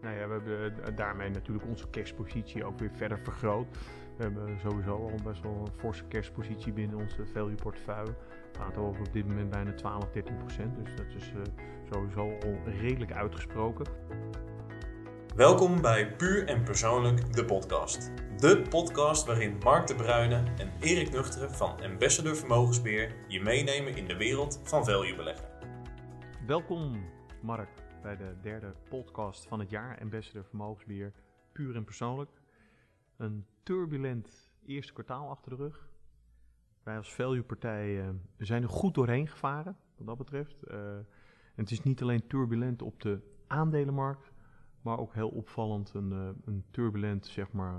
Nou ja, we hebben daarmee natuurlijk onze cashpositie ook weer verder vergroot. We hebben sowieso al best wel een forse cashpositie binnen onze value portefeuille. Het gaat over op dit moment bijna 12-13%. Dus dat is sowieso al redelijk uitgesproken. Welkom bij Puur en Persoonlijk, de podcast. De podcast waarin Mark de Bruyne en Erik Nuchteren van Ambassadeur Vermogensbeheer je meenemen in de wereld van value beleggen. Welkom Mark bij de derde podcast van het jaar Ambassadeur Vermogensbeheer Puur en Persoonlijk. Een turbulent eerste kwartaal achter de rug. Wij als value-partij zijn er goed doorheen gevaren, wat dat betreft. En het is niet alleen turbulent op de aandelenmarkt, maar ook heel opvallend een turbulent, zeg maar,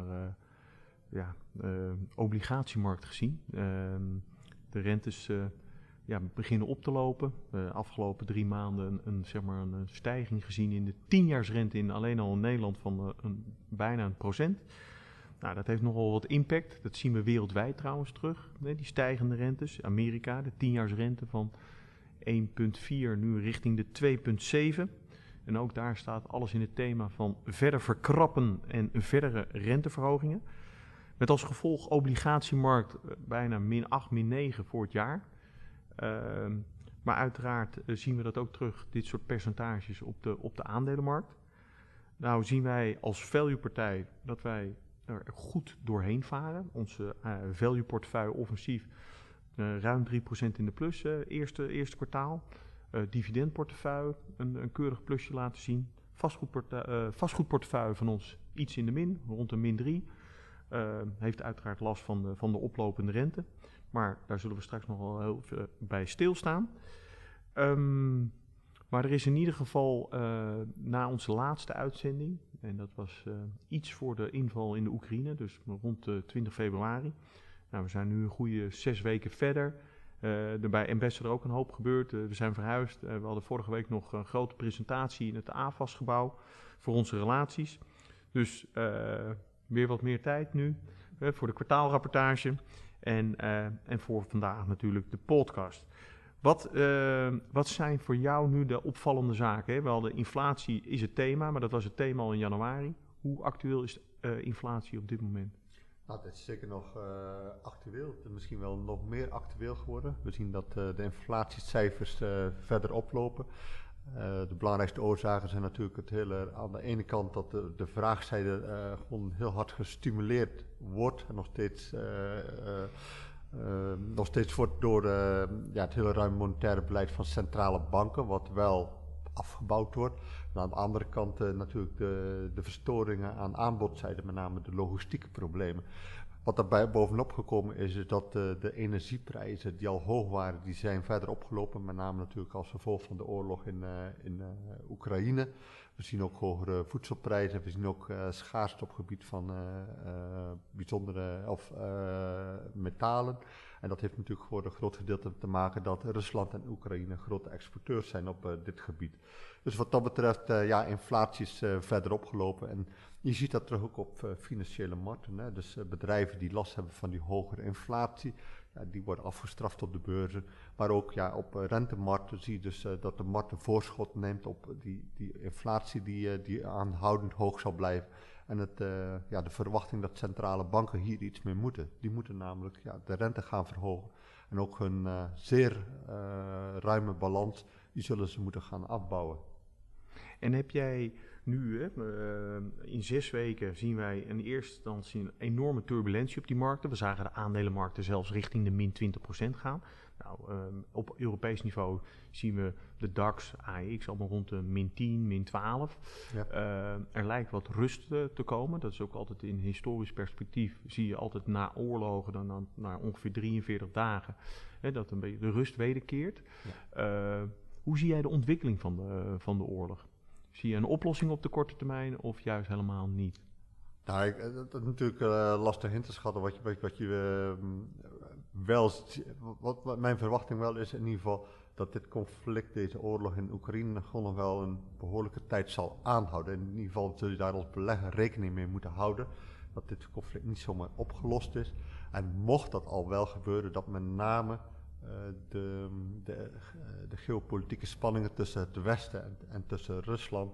obligatiemarkt gezien. De rentes beginnen op te lopen. Afgelopen 3 maanden een stijging gezien in de 10-jaarsrente in alleen al in Nederland van bijna 1%. Nou, dat heeft nogal wat impact. Dat zien we wereldwijd trouwens terug. Die stijgende rentes. Amerika, de 10-jaarsrente van 1,4 nu richting de 2,7. En ook daar staat alles in het thema van verder verkrappen en verdere renteverhogingen. Met als gevolg obligatiemarkt bijna -8, -9 voor het jaar. Maar uiteraard zien we dat ook terug, dit soort percentages op de aandelenmarkt. Nou zien wij als value-partij dat wij er goed doorheen varen. Onze value-portefeuille offensief ruim 3% in de plus eerste kwartaal. Dividendportefeuille een keurig plusje laten zien. Vastgoedportefeuille van ons iets in de min, rond de -3. Heeft uiteraard last van de oplopende rente. Maar daar zullen we straks nog wel heel veel bij stilstaan. Maar er is in ieder geval na onze laatste uitzending, en dat was iets voor de inval in de Oekraïne, dus rond 20 februari. Nou, we zijn nu een goede 6 weken verder. Er bij Ambassador ook een hoop gebeurd. We zijn verhuisd. We hadden vorige week nog een grote presentatie in het AFAS-gebouw voor onze relaties. Dus weer wat meer tijd nu voor de kwartaalrapportage en voor vandaag natuurlijk de podcast. Wat zijn voor jou nu de opvallende zaken? Hè? We hadden inflatie is het thema, maar dat was het thema al in januari. Hoe actueel is inflatie op dit moment? Nou, dat is zeker nog actueel. Het is misschien wel nog meer actueel geworden. We zien dat de inflatiecijfers verder oplopen. De belangrijkste oorzaken zijn natuurlijk aan de ene kant dat de vraagzijde gewoon heel hard gestimuleerd wordt en nog steeds wordt door het hele ruim monetaire beleid van centrale banken, wat wel afgebouwd wordt. En aan de andere kant natuurlijk de verstoringen aan aanbodzijde, met name de logistieke problemen. Wat daarbij bovenop gekomen is dat de energieprijzen die al hoog waren, die zijn verder opgelopen. Met name natuurlijk als gevolg van de oorlog in Oekraïne. We zien ook hogere voedselprijzen. We zien ook schaarste op gebied van bijzondere metalen. En dat heeft natuurlijk voor een groot gedeelte te maken dat Rusland en Oekraïne grote exporteurs zijn op dit gebied. Dus wat dat betreft, inflatie is verder opgelopen. En je ziet dat terug ook op financiële markten. Hè? Dus bedrijven die last hebben van die hogere inflatie, die worden afgestraft op de beurzen. Maar ook op rentemarkten zie je dus dat de markt een voorschot neemt op die inflatie die aanhoudend hoog zal blijven. En de verwachting dat centrale banken hier iets mee moeten. Die moeten namelijk de rente gaan verhogen. En ook hun zeer ruime balans, die zullen ze moeten gaan afbouwen. En heb jij nu, in 6 weken zien wij in eerste instantie een enorme turbulentie op die markten. We zagen de aandelenmarkten zelfs richting de -20% gaan. Nou, op Europees niveau zien we de DAX, AEX allemaal rond de -10, -12. Ja. Er lijkt wat rust te komen. Dat is ook altijd in historisch perspectief. Zie je altijd na oorlogen dan na ongeveer 43 dagen dat een beetje de rust wederkeert. Ja. Hoe zie jij de ontwikkeling van de oorlog? Zie je een oplossing op de korte termijn of juist helemaal niet? Nou, dat is natuurlijk lastig in te schatten. Wat mijn verwachting wel is in ieder geval dat dit conflict, deze oorlog in Oekraïne, gewoon nog wel een behoorlijke tijd zal aanhouden. In ieder geval zul je daar als belegger rekening mee moeten houden dat dit conflict niet zomaar opgelost is. En mocht dat al wel gebeuren, dat met name de geopolitieke spanningen tussen het Westen en tussen Rusland,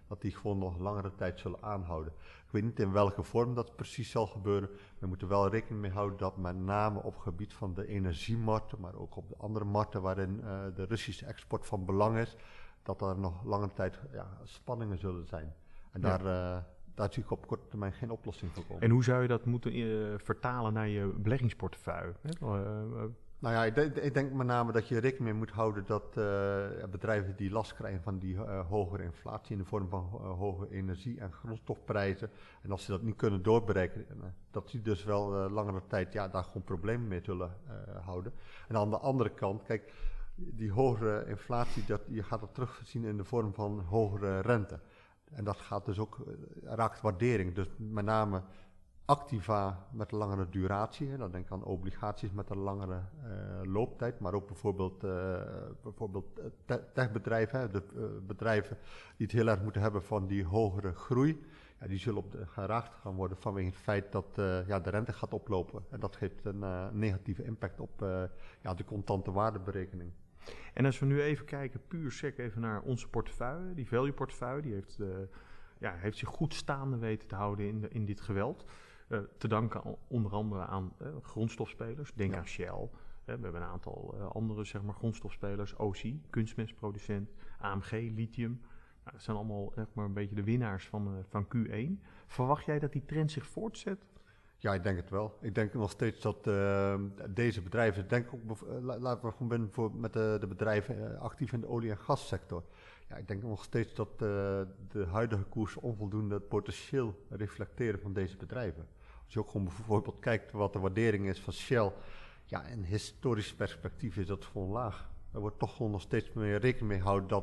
dat die gewoon nog langere tijd zullen aanhouden. Ik weet niet in welke vorm dat precies zal gebeuren. We moeten wel rekening mee houden dat met name op het gebied van de energiemarkten, maar ook op de andere markten waarin de Russische export van belang is, dat er nog lange tijd spanningen zullen zijn. En daar zie ik op korte termijn geen oplossing voor komen. En hoe zou je dat moeten vertalen naar je beleggingsportefeuille? Nou ja, ik denk met name dat je rekening mee moet houden dat bedrijven die last krijgen van die hogere inflatie in de vorm van hoge energie- en grondstofprijzen. En als ze dat niet kunnen doorberekenen, dat die dus wel langere tijd daar gewoon problemen mee zullen houden. En aan de andere kant, kijk, die hogere inflatie, je gaat dat terugzien in de vorm van hogere rente. En dat gaat dus ook, raakt waardering. Dus met name activa met een langere duratie. Hè. Dan denk ik aan obligaties met een langere looptijd. Maar ook bijvoorbeeld techbedrijven. De bedrijven die het heel erg moeten hebben van die hogere groei. Ja, die zullen geraakt gaan worden vanwege het feit dat de rente gaat oplopen. En dat geeft een negatieve impact op de contante waardeberekening. En als we nu even kijken, puur sec even naar onze portefeuille, die value portefeuille, die heeft zich goed staande weten te houden in dit geweld. Te danken onder andere aan grondstofspelers, denk aan Shell. We hebben een aantal andere grondstofspelers, OC, kunstmestproducent, AMG, lithium. Nou, dat zijn allemaal een beetje de winnaars van Q1. Verwacht jij dat die trend zich voortzet? Ja, ik denk het wel. Ik denk nog steeds dat deze bedrijven, laten we gewoon met de bedrijven actief in de olie- en gassector. Ja, ik denk nog steeds dat de huidige koers onvoldoende het potentieel reflecteren van deze bedrijven. Als je ook gewoon bijvoorbeeld kijkt wat de waardering is van Shell, ja, in historisch perspectief is dat gewoon laag. Er wordt toch gewoon nog steeds meer rekening mee gehouden dat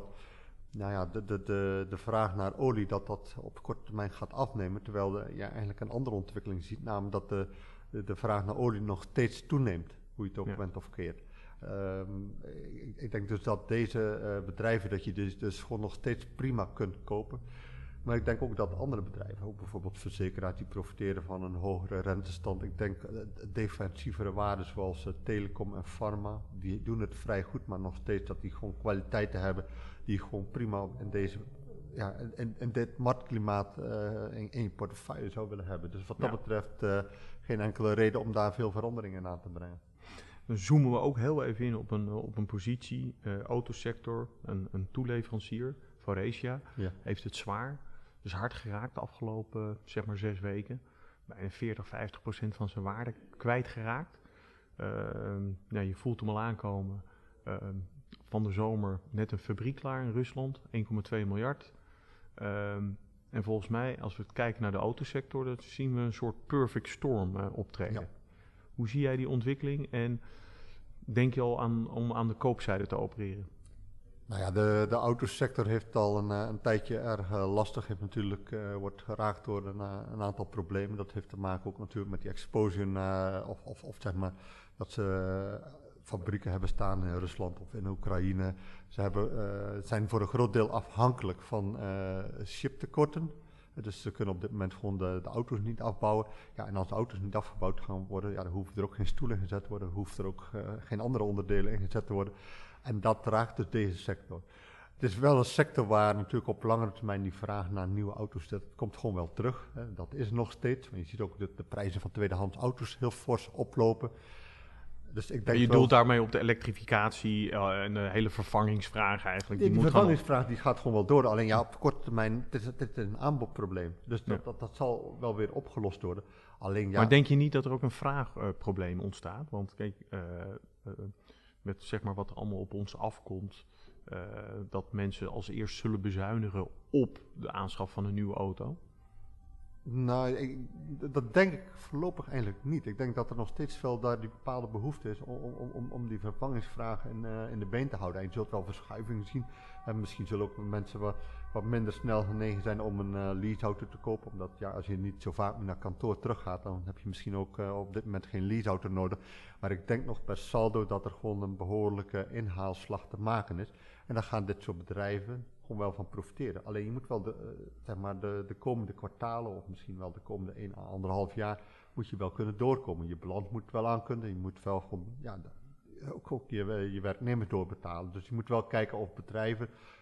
de vraag naar olie dat op korte termijn gaat afnemen, terwijl je eigenlijk een andere ontwikkeling ziet, namelijk dat de vraag naar olie nog steeds toeneemt, hoe je het ook bent of keert. Ik denk dus dat deze bedrijven, dat je dus gewoon nog steeds prima kunt kopen. Maar ik denk ook dat andere bedrijven, ook bijvoorbeeld verzekeraars, die profiteren van een hogere rentestand. Ik denk defensievere waarden zoals telecom en pharma, die doen het vrij goed, maar nog steeds dat die gewoon kwaliteiten hebben die gewoon prima in dit marktklimaat in je portefeuille zou willen hebben. Dus wat dat betreft geen enkele reden om daar veel veranderingen aan te brengen. Dan zoomen we ook heel even in op een positie, autosector, een toeleverancier, Faurecia, heeft het zwaar. Dus hard geraakt de afgelopen 6 weken. Bijna 40-50% van zijn waarde kwijtgeraakt. Je voelt hem al aankomen. Van de zomer net een fabriek klaar in Rusland, 1,2 miljard. En volgens mij, als we kijken naar de autosector, dan zien we een soort perfect storm optreden. Ja. Hoe zie jij die ontwikkeling en denk je al om aan de koopzijde te opereren? Nou ja, de autosector heeft al een tijdje erg lastig. Heeft natuurlijk wordt geraakt door een aantal problemen. Dat heeft te maken ook natuurlijk met die exposure of zeg maar dat ze fabrieken hebben staan in Rusland of in Oekraïne. Ze zijn voor een groot deel afhankelijk van chiptekorten. Dus ze kunnen op dit moment gewoon de auto's niet afbouwen. Ja, en als de auto's niet afgebouwd gaan worden, dan hoeven er ook geen stoelen gezet te worden, hoeven er ook geen andere onderdelen ingezet te worden. En dat raakt dus deze sector. Het is wel een sector waar natuurlijk op langere termijn die vraag naar nieuwe auto's, dat komt gewoon wel terug. Hè. Dat is nog steeds. Maar je ziet ook de prijzen van tweedehands auto's heel fors oplopen. Dus ik denk je doelt daarmee op de elektrificatie en de hele vervangingsvraag eigenlijk. Die vervangingsvraag die gaat gewoon wel door. Alleen op korte termijn, dit is een aanbodprobleem. Dus dat zal wel weer opgelost worden. Alleen, maar denk je niet dat er ook een vraagprobleem ontstaat? Want kijk, met zeg maar wat er allemaal op ons afkomt, dat mensen als eerst zullen bezuinigen op de aanschaf van een nieuwe auto? Nou, dat denk ik voorlopig eigenlijk niet. Ik denk dat er nog steeds wel daar die bepaalde behoefte is om die vervangingsvragen in de been te houden. En je zult wel verschuivingen zien. En misschien zullen ook mensen wat minder snel genegen zijn om een leaseauto te kopen. Omdat als je niet zo vaak meer naar kantoor teruggaat, dan heb je misschien ook op dit moment geen leaseauto nodig. Maar ik denk nog per saldo dat er gewoon een behoorlijke inhaalslag te maken is. En dan gaan dit soort bedrijven gewoon wel van profiteren. Alleen je moet wel de komende kwartalen of misschien wel de komende 1,5 jaar moet je wel kunnen doorkomen. Je balans moet wel aankunnen. Je moet wel gewoon ook je werknemers doorbetalen. Dus je moet wel kijken of bedrijven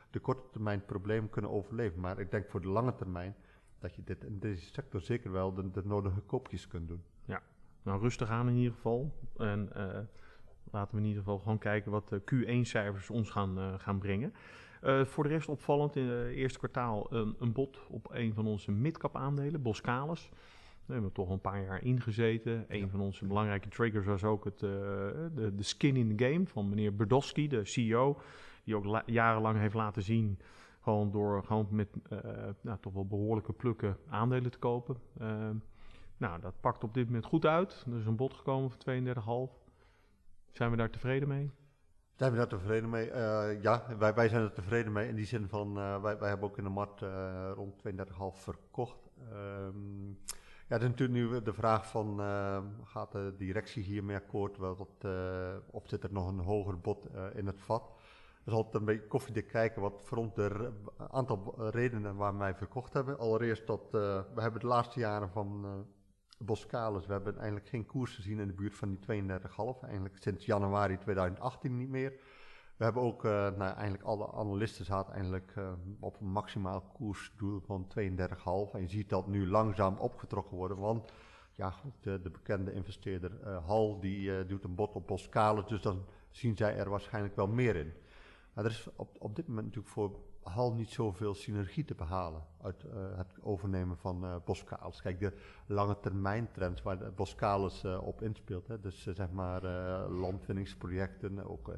de korte termijn problemen kunnen overleven. Maar ik denk voor de lange termijn dat je dit in deze sector zeker wel de nodige koopjes kunt doen. Ja, nou rustig aan in ieder geval. En laten we in ieder geval gewoon kijken wat de Q1-cijfers ons gaan brengen. Voor de rest opvallend in het eerste kwartaal een bod op een van onze midcap aandelen, Boskalis. We hebben toch een paar jaar ingezeten. Een van onze belangrijke triggers was ook de skin in the game van meneer Berdovsky, de CEO. Die ook jarenlang heeft laten zien gewoon door met toch wel behoorlijke plukken aandelen te kopen. Nou, dat pakt op dit moment goed uit. Er is een bod gekomen van 32,5. Zijn we daar tevreden mee? Zijn we daar tevreden mee? Ja, wij zijn er tevreden mee. In die zin van, wij hebben ook in de markt rond 32,5 verkocht. Ja, het is natuurlijk nu de vraag van, gaat de directie hiermee akkoord? Of zit er nog een hoger bod in het vat? We zullen altijd een beetje koffiedik kijken wat voor ons de aantal redenen waarom wij verkocht hebben. Allereerst dat we hebben de laatste jaren van Boskalis, we hebben eigenlijk geen koers gezien in de buurt van die 32,5. Eigenlijk sinds januari 2018 niet meer. We hebben ook, eigenlijk alle analisten zaten eigenlijk op een maximaal koersdoel van 32,5. En je ziet dat nu langzaam opgetrokken worden, want ja, de bekende investeerder Hal, die doet een bod op Boskalis, dus dan zien zij er waarschijnlijk wel meer in. Maar er is op dit moment natuurlijk voor Hal niet zoveel synergie te behalen uit het overnemen van Boskalis. Kijk, de lange termijn trends waar Boskalis op inspeelt, hè, dus zeg maar landwinningsprojecten, ook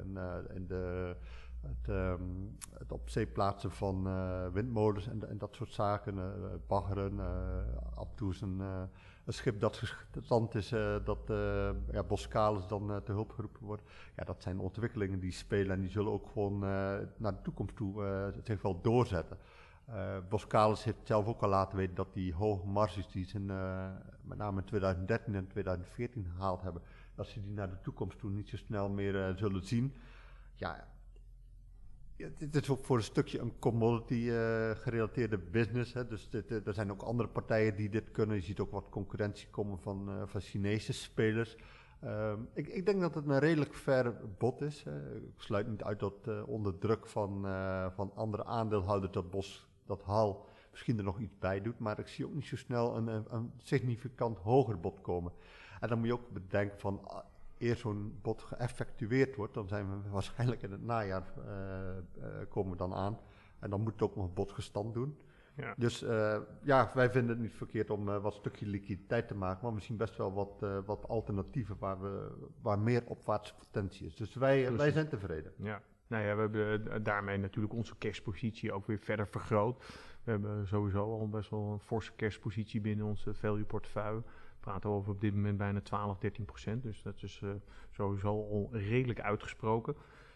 het op zee plaatsen van windmolens en dat soort zaken, baggeren, af en toe is een schip dat gestrand is, Boskalis dan te hulp geroepen wordt. Ja, dat zijn ontwikkelingen die spelen en die zullen ook gewoon naar de toekomst toe zich wel doorzetten. Boskalis heeft zelf ook al laten weten dat die hoge marges die ze met name in 2013 en 2014 gehaald hebben, dat ze die naar de toekomst toe niet zo snel meer zullen zien. Ja, het is ook voor een stukje een commodity gerelateerde business. Hè. Dus er zijn ook andere partijen die dit kunnen. Je ziet ook wat concurrentie komen van Chinese spelers. Ik denk dat het een redelijk fair bod is. Ik sluit niet uit dat onder druk van andere aandeelhouders dat Hal misschien er nog iets bij doet. Maar ik zie ook niet zo snel een significant hoger bod komen. En dan moet je ook bedenken van eerst zo'n bod geëffectueerd wordt, dan zijn we waarschijnlijk in het najaar komen we dan aan. En dan moet het ook nog een bod gestand doen. Ja. Dus wij vinden het niet verkeerd om wat stukje liquiditeit te maken, maar we zien best wel wat alternatieven waar meer opwaartse potentie is. Dus wij zijn tevreden. Ja. Nou ja, we hebben daarmee natuurlijk onze cashpositie ook weer verder vergroot. We hebben sowieso al best wel een forse cashpositie binnen onze value portefeuille. We praten over op dit moment bijna 12-13%. Dus dat is sowieso al redelijk uitgesproken.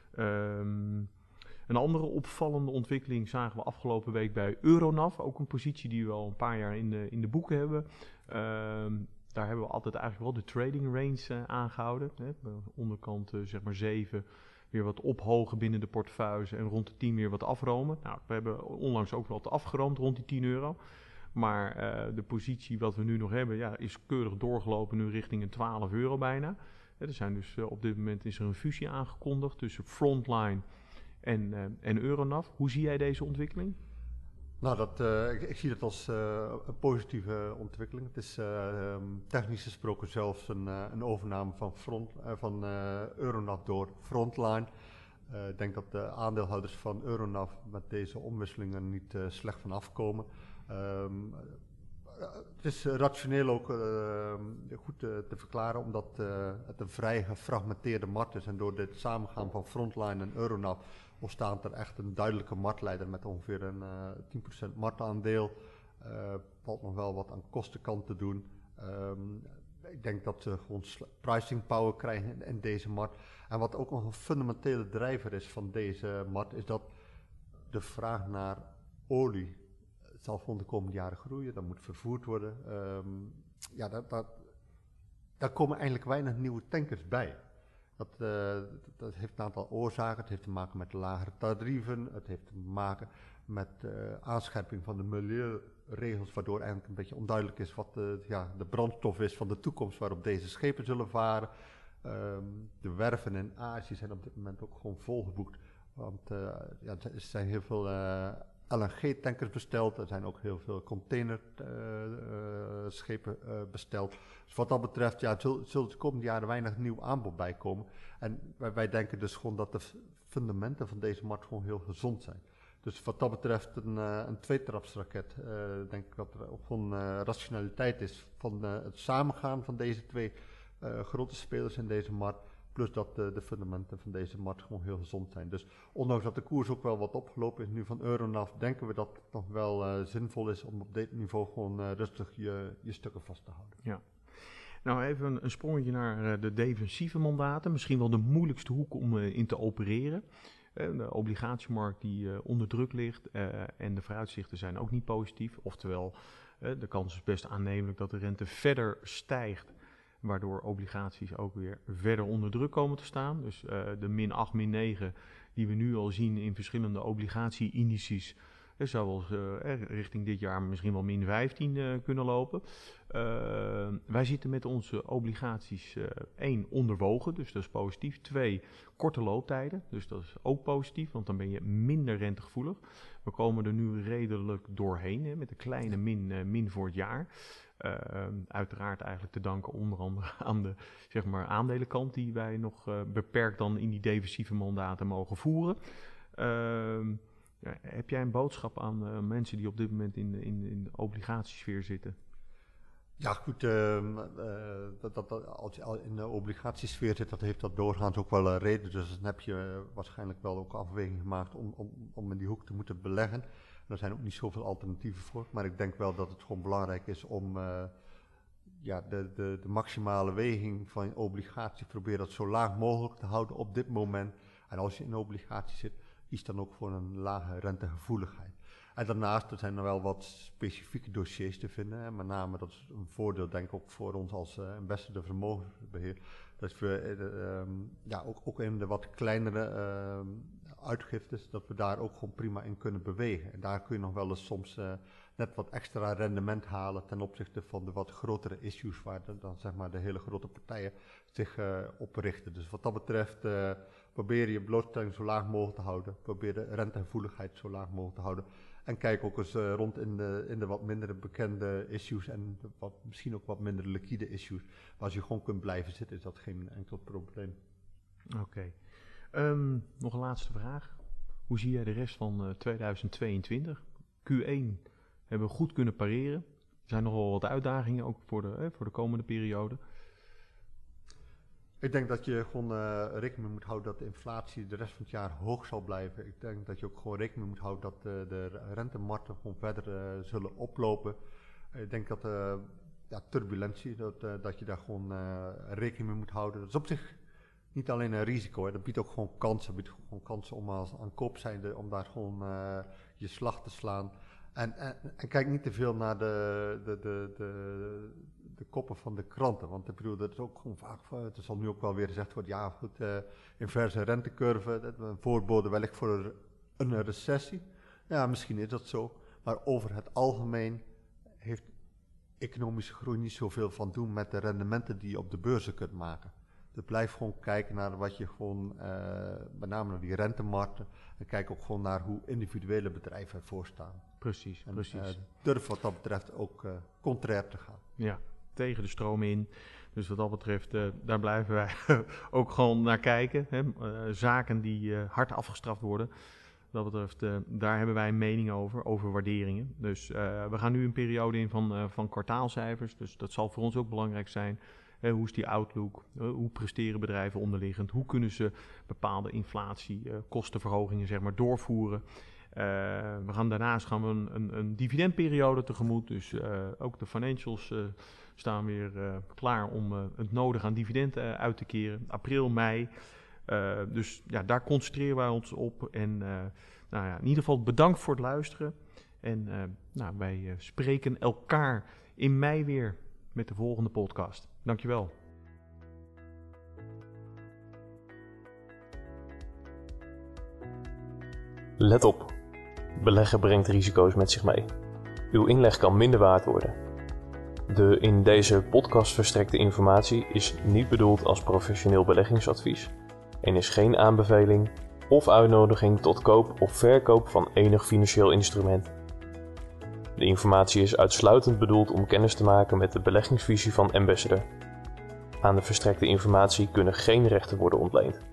Een andere opvallende ontwikkeling zagen we afgelopen week bij Euronav. Ook een positie die we al een paar jaar in de boeken hebben. Daar hebben we altijd eigenlijk wel de trading range aangehouden. Hè. Onderkant zeg maar 7 weer wat ophogen binnen de portefeuilles en rond de 10 weer wat afromen. Nou, we hebben onlangs ook wat afgeroomd rond die €10. Maar de positie wat we nu nog hebben, is keurig doorgelopen nu richting een €12 bijna. Er zijn dus op dit moment is er een fusie aangekondigd tussen Frontline en Euronav. Hoe zie jij deze ontwikkeling? Nou, ik zie dat als een positieve ontwikkeling. Het is technisch gesproken zelfs een overname van Euronav door Frontline. Ik denk dat de aandeelhouders van Euronav met deze omwisselingen niet slecht van afkomen. Het is rationeel ook goed te verklaren, omdat het een vrij gefragmenteerde markt is. En door dit samengaan van Frontline en Euronav ontstaat er echt een duidelijke marktleider met ongeveer een 10% marktaandeel. Valt nog wel wat aan kostenkant te doen. Ik denk dat ze gewoon pricing power krijgen in deze markt. En wat ook nog een fundamentele drijver is van deze markt, is dat de vraag naar olie zal voor de komende jaren groeien. Dat moet vervoerd worden. Daar komen eigenlijk weinig nieuwe tankers bij. Dat heeft een aantal oorzaken. Het heeft te maken met lagere tarieven. Het heeft te maken met aanscherping van de milieuregels, waardoor eigenlijk een beetje onduidelijk is wat de brandstof is van de toekomst waarop deze schepen zullen varen. De werven in Azië zijn op dit moment ook gewoon volgeboekt, Want er zijn heel veel LNG-tankers besteld. Er zijn ook heel veel containerschepen besteld. Dus wat dat betreft zullen de komende jaren weinig nieuw aanbod bij komen. En wij denken dus gewoon dat de fundamenten van deze markt gewoon heel gezond zijn. Dus wat dat betreft een tweetrapsraket. Denk ik dat er ook gewoon rationaliteit is van het samengaan van deze twee grote spelers in deze markt. Plus dat de fundamenten van deze markt gewoon heel gezond zijn. Dus ondanks dat de koers ook wel wat opgelopen is nu van Euronav, denken we dat het nog wel zinvol is om op dit niveau gewoon rustig je stukken vast te houden. Ja. Nou, even een sprongetje naar de defensieve mandaten. Misschien wel de moeilijkste hoek om in te opereren. De obligatiemarkt die onder druk ligt en de vooruitzichten zijn ook niet positief. Oftewel, de kans is best aannemelijk dat de rente verder stijgt, waardoor obligaties ook weer verder onder druk komen te staan. Dus de -8, -9 die we nu al zien in verschillende obligatie-indices, zou wel richting dit jaar misschien wel -15 kunnen lopen. Wij zitten met onze obligaties 1 onderwogen, dus dat is positief. 2 korte looptijden, dus dat is ook positief, want dan ben je minder rentegevoelig. We komen er nu redelijk doorheen, met een kleine min voor het jaar. Uiteraard eigenlijk te danken onder andere aan de aandelenkant die wij nog beperkt dan in die defensieve mandaten mogen voeren. Heb jij een boodschap aan mensen die op dit moment in de obligatiesfeer zitten? Ja goed, als je in de obligatiesfeer zit, dat heeft dat doorgaans ook wel een reden. Dus dan heb je waarschijnlijk wel ook afweging gemaakt om in die hoek te moeten beleggen. Er zijn ook niet zoveel alternatieven voor, maar ik denk wel dat het gewoon belangrijk is om de maximale weging van obligaties proberen dat zo laag mogelijk te houden op dit moment. En als je in obligaties zit, kies dan ook voor een lage rentegevoeligheid. En daarnaast er zijn er wel wat specifieke dossiers te vinden. Hè. Met name, dat is een voordeel denk ik ook voor ons als Ambassador vermogensbeheer. Dat we ook in de wat kleinere uitgiftes, dat we daar ook gewoon prima in kunnen bewegen. En daar kun je nog wel eens soms net wat extra rendement halen ten opzichte van de wat grotere issues waar dan zeg maar de hele grote partijen zich op richten. Dus wat dat betreft probeer je blootstelling zo laag mogelijk te houden. Probeer de rentegevoeligheid zo laag mogelijk te houden. En kijk ook eens rond in de wat minder bekende issues en misschien ook wat minder liquide issues. Maar als je gewoon kunt blijven zitten, is dat geen enkel probleem. Oké. Nog een laatste vraag. Hoe zie jij de rest van 2022? Q1 hebben we goed kunnen pareren. Er zijn nog wel wat uitdagingen ook voor de komende periode. Ik denk dat je gewoon rekening moet houden dat de inflatie de rest van het jaar hoog zal blijven. Ik denk dat je ook gewoon rekening moet houden dat de rentemarkten gewoon verder zullen oplopen. Ik denk dat turbulentie, dat je daar gewoon rekening mee moet houden. Dat is op zich niet alleen een risico, hè. Dat biedt ook gewoon kansen. Het biedt gewoon kansen om als aan kop zijnde om daar gewoon je slag te slaan. En kijk niet te veel naar de koppen van de kranten. Want ik bedoel, dat is ook gewoon vaak, het zal nu ook wel weer gezegd worden, ja goed, inverse rentecurve, een voorbode wellicht voor een recessie. Ja, misschien is dat zo. Maar over het algemeen heeft economische groei niet zoveel van doen met de rendementen die je op de beurzen kunt maken. Dus blijf gewoon kijken naar wat je gewoon, met name naar die rentemarkten, en kijk ook gewoon naar hoe individuele bedrijven ervoor staan. Precies. Durf wat dat betreft ook contrair te gaan. Ja, tegen de stroom in. Dus wat dat betreft, daar blijven wij ook gewoon naar kijken. Hè. Zaken die hard afgestraft worden. Wat dat betreft, daar hebben wij een mening over waarderingen. Dus we gaan nu een periode in van kwartaalcijfers. Dus dat zal voor ons ook belangrijk zijn. Hoe is die outlook? Hoe presteren bedrijven onderliggend? Hoe kunnen ze bepaalde inflatiekostenverhogingen zeg maar doorvoeren? Daarnaast gaan we een dividendperiode tegemoet. Dus ook de financials staan weer klaar om het nodige aan dividend uit te keren. April, mei. Dus ja, daar concentreren wij ons op. En in ieder geval bedankt voor het luisteren. En wij spreken elkaar in mei weer met de volgende podcast. Dankjewel. Let op. Beleggen brengt risico's met zich mee. Uw inleg kan minder waard worden. De in deze podcast verstrekte informatie is niet bedoeld als professioneel beleggingsadvies en is geen aanbeveling, of uitnodiging tot koop of verkoop van enig financieel instrument. De informatie is uitsluitend bedoeld om kennis te maken met de beleggingsvisie van Ambassador. Aan de verstrekte informatie kunnen geen rechten worden ontleend.